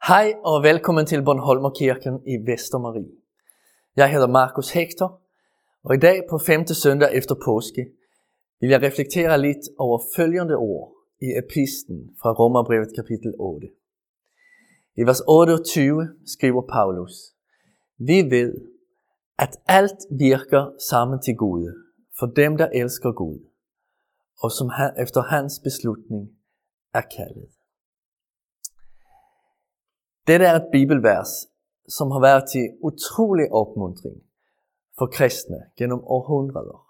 Hej og velkommen til Bornholmerkirken i Vestermarie. Jeg hedder Markus Hector, og i dag på 5. søndag efter påske vil jeg reflektere lidt over følgende ord i epistlen fra Romerbrevet kapitel 8. I vers 28 skriver Paulus: Vi ved, at alt virker sammen til Gud for dem, der elsker Gud, og som efter hans beslutning er kaldet. Dette er et bibelvers, som har været til utrolig opmuntring for kristne gennem århundreder.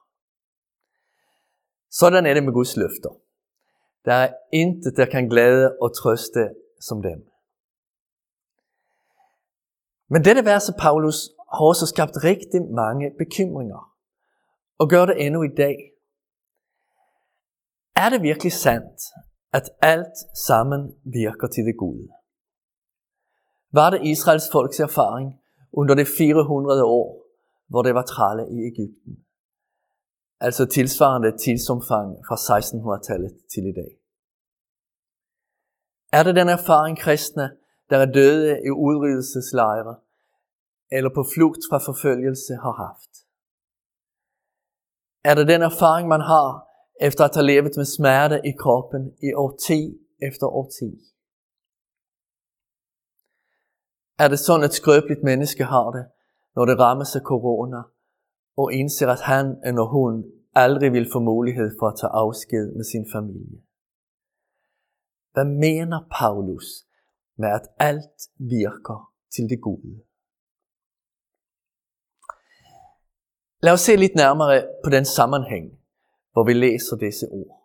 Sådan er det med Guds løfter. Der er intet, der kan glæde og trøste som dem. Men dette vers af Paulus har også skabt rigtig mange bekymringer, og gør det endnu i dag. Er det virkelig sandt, at alt sammen virker til det gode? Var det Israels folks erfaring under det 400 år, hvor det var trælle i Egypten? Altså tilsvarende tidsomfang fra 1600-tallet til i dag. Er det den erfaring kristne, der er døde i udryddelseslejre eller på flugt fra forfølgelse, har haft? Er det den erfaring, man har efter at have levet med smerte i kroppen i årti efter årti? Er det sådan et skrøbeligt menneske har det, når det rammer sig corona, og indser, at han eller hun aldrig vil få mulighed for at tage afsked med sin familie? Hvad mener Paulus med, at alt virker til det gode? Lad os se lidt nærmere på den sammenhæng, hvor vi læser disse ord.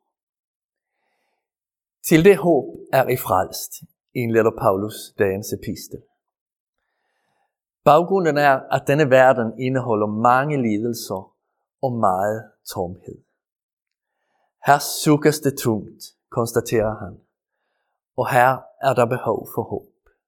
Til det håb er I frelst, indleder Paulus dagens epistel. Baggrunden er, at denne verden indeholder mange lidelser og meget tomhed. Her sukkes det tungt, konstaterer han, og her er der behov for håb.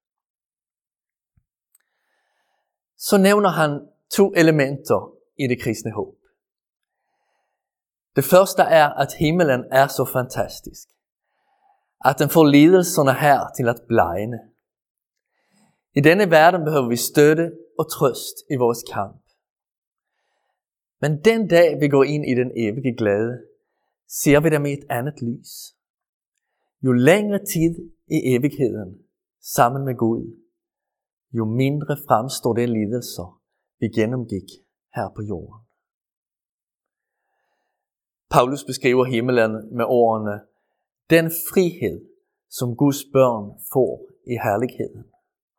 Så nævner han 2 elementer i det kristne håb. Det første er, at himmelen er så fantastisk, at den får lidelserne her til at blegne. I denne verden behøver vi støtte og trøst i vores kamp. Men den dag vi går ind i den evige glæde, ser vi dem i et andet lys. Jo længere tid i evigheden sammen med Gud, jo mindre fremstår det lidelser, vi gennemgik her på jorden. Paulus beskriver himmelen med ordene: den frihed, som Guds børn får i herligheden.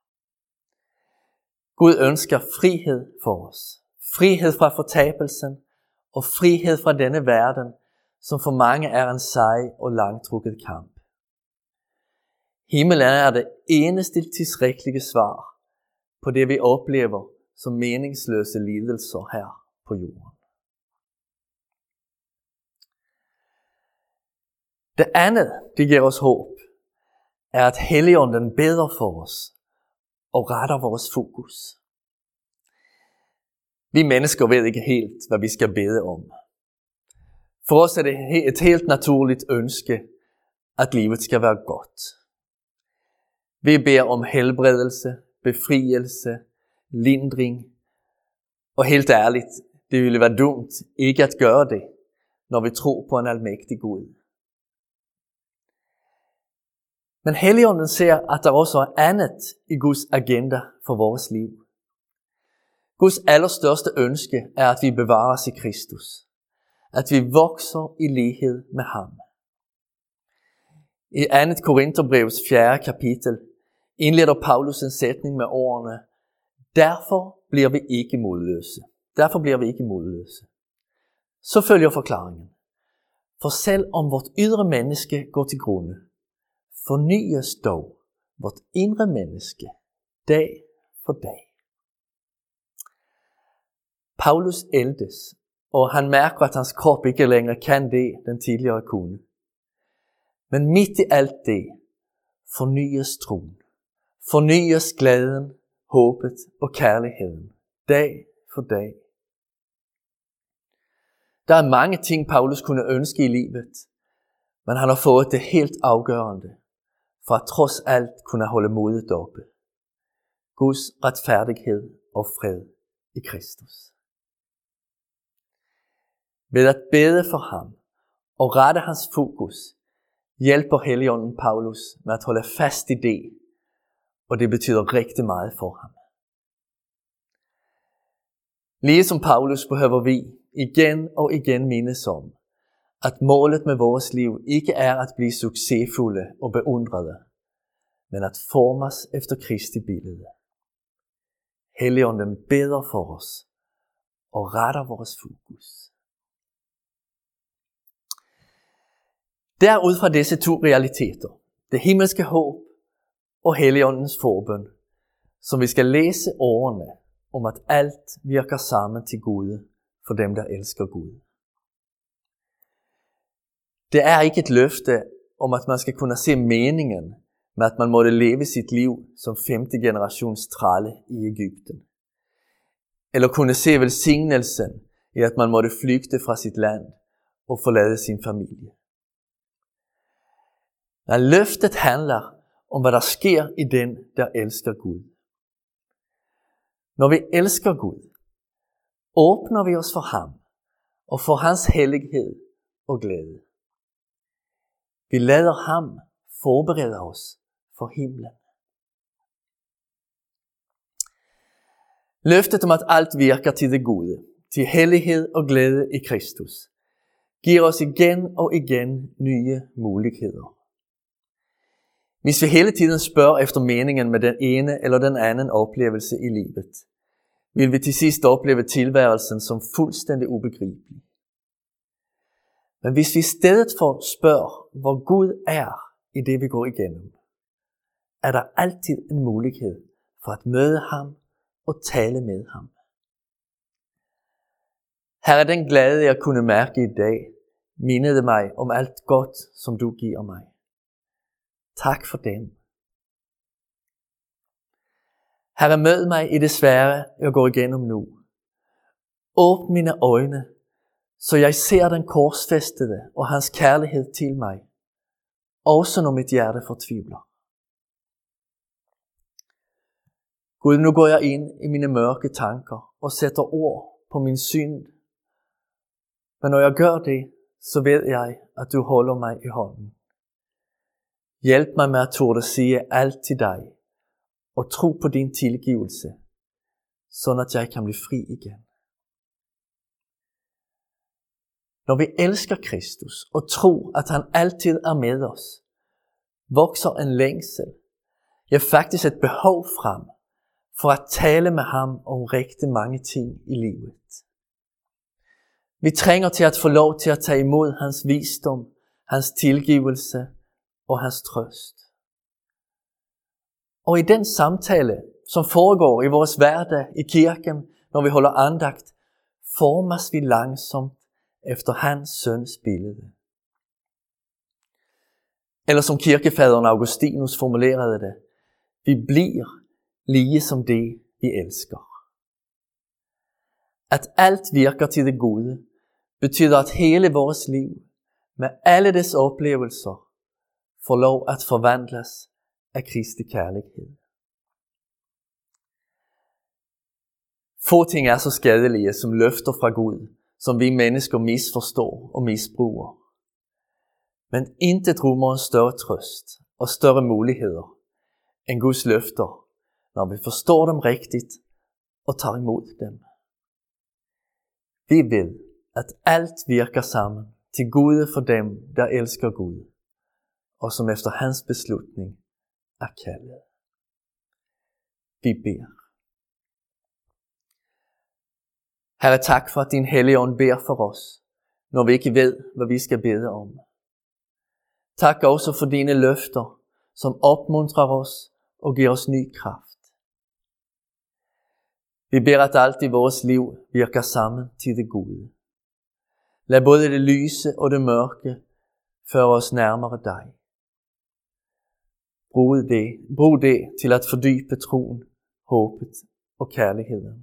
Gud ønsker frihed for os. Frihed fra fortabelsen og frihed fra denne verden, som for mange er en sej og langtrukket kamp. Himmelen er det eneste tilstrækkelige svar på det, vi oplever som meningsløse lidelser her på jorden. Det andet, det giver os håb, er at Helligånden beder for os og retter vores fokus. Vi mennesker ved ikke helt, hvad vi skal bede om. For os er det et helt naturligt ønske, at livet skal være godt. Vi beder om helbredelse, befrielse, lindring, og helt ærligt, det ville være dumt ikke at gøre det, når vi tror på en almægtig Gud. Men Helligånden ser, at der også er andet i Guds agenda for vores liv. Guds allerstørste ønske er, at vi bevares i Kristus. At vi vokser i lighed med ham. I 2. Korinterbrevs 4. kapitel indleder Paulus en sætning med ordene: Derfor bliver vi ikke modløse. Derfor bliver vi ikke modløse. Så følger forklaringen: For selv om vort ydre menneske går til grunde, fornyes dog vort indre menneske dag for dag. Paulus ældes, og han mærker, at hans krop ikke længere kan det, den tidligere kunne. Men midt i alt det, fornyes troen, fornyes glæden, håbet og kærligheden, dag for dag. Der er mange ting, Paulus kunne ønske i livet, men han har fået det helt afgørende, for at trods alt kunne holde modet oppe. Guds retfærdighed og fred i Kristus. Ved at bede for ham og rette hans fokus, hjælper Helligånden Paulus med at holde fast i det, og det betyder rigtig meget for ham. Ligesom Paulus behøver vi igen og igen mindes om, at målet med vores liv ikke er at blive succesfulde og beundrede, men at formes efter Kristi billede. Helligånden beder for os og retter vores fokus. Det er ud fra disse to realiteter, det himmelske håb og Helligåndens forbøn, som vi skal læse ordene om at alt virker sammen til Gud for dem, der elsker Gud. Det er ikke et løfte om, at man skal kunne se meningen med, at man måtte leve sit liv som 5. generations tralle i Egypten. Eller kunne se velsignelsen i, at man måtte flygte fra sit land og forlade sin familie. Men løftet handler om, hvad der sker i den, der elsker Gud. Når vi elsker Gud, åbner vi os for ham og for hans hellighed og glæde. Vi lader ham forberede os for himlen. Løftet om at alt virker til det gode, til hellighed og glæde i Kristus, giver os igen og igen nye muligheder. Hvis vi hele tiden spørger efter meningen med den ene eller den anden oplevelse i livet, vil vi til sidst opleve tilværelsen som fuldstændig ubegribelig. Men hvis vi i stedet for spørger, hvor Gud er i det, vi går igennem, er der altid en mulighed for at møde ham og tale med ham. Her er den glæde, jeg kunne mærke i dag, mindede mig om alt godt, som du giver mig. Tak for den. Herre, mød mig i det svære, jeg går igennem nu. Åbn mine øjne, så jeg ser den korsfæstede og hans kærlighed til mig, også når mit hjerte fortvivler. Gud, nu går jeg ind i mine mørke tanker og sætter ord på min synd. Men når jeg gør det, så ved jeg, at du holder mig i hånden. Hjælp mig med at turde sige alt til dig og tro på din tilgivelse, så at jeg kan blive fri igen. Når vi elsker Kristus og tror, at han altid er med os, vokser en længsel, ja faktisk et behov frem, for at tale med ham om rigtig mange ting i livet. Vi trænger til at få lov til at tage imod hans visdom, hans tilgivelse og hans trøst. Og i den samtale, som foregår i vores hverdag i kirken, når vi holder andagt, formes vi langsomt efter hans søns billede. Eller som kirkefaderen Augustinus formulerede det, vi bliver lige som det, vi elsker. At alt virker til det gode, betyder at hele vores liv, med alle dets oplevelser, får lov at forvandles af Kristi kærlighed. Få ting er så skadelige som løfter fra Gud, som vi mennesker misforstår og misbruger. Men intet rummer en større trøst og større muligheder end Guds løfter, når vi forstår dem rigtigt og tager imod dem. Vi ved, at alt virker sammen til gode for dem, der elsker Gud, og som efter hans beslutning er kaldet. Vi beder. Herre, tak for, at din Helligånd beder for os, når vi ikke ved, hvad vi skal bede om. Tak også for dine løfter, som opmuntrer os og giver os ny kraft. Vi beder, at alt i vores liv virker sammen til det gode. Lad både det lyse og det mørke føre os nærmere dig. Brug det til at fordybe troen, håbet og kærligheden.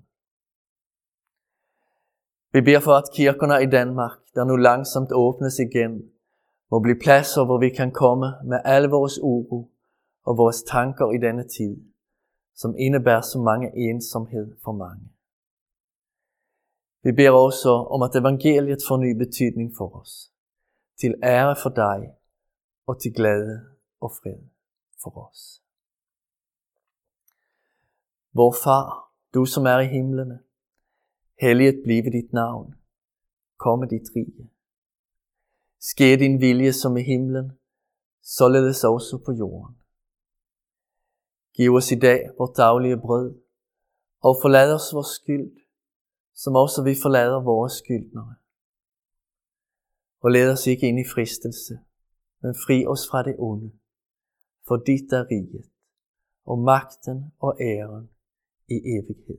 Vi beder for, at kirkerne i Danmark, der nu langsomt åbnes igen, må blive pladser, hvor vi kan komme med alle vores uro og vores tanker i denne tid, som indebærer så mange ensomhed for mange. Vi beder også om, at evangeliet får ny betydning for os, til ære for dig og til glæde og fred for os. Vor Far, du som er i himlene, helliget blive dit navn, komme dit rige. Ske din vilje som i himlen, således også på jorden. Giv os i dag vort daglige brød, og forlad os vores skyld, som også vi forlader vores skyldnere. Og led os ikke ind i fristelse, men fri os fra det onde, for dit er riget, og magten og æren i evighed.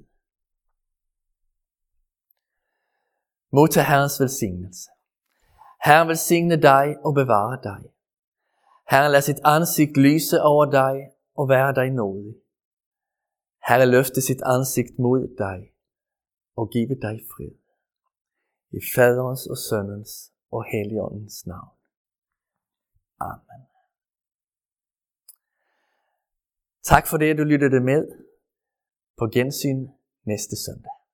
Modtag Herrens velsignelse. Herren velsigne dig og bevare dig. Herren lad sit ansigt lyse over dig og være dig nådig. Herren løfte sit ansigt mod dig og give dig fred. I Faderens og Sønnens og Helligåndens navn. Amen. Tak for det, at du lyttede med. På gensyn næste søndag.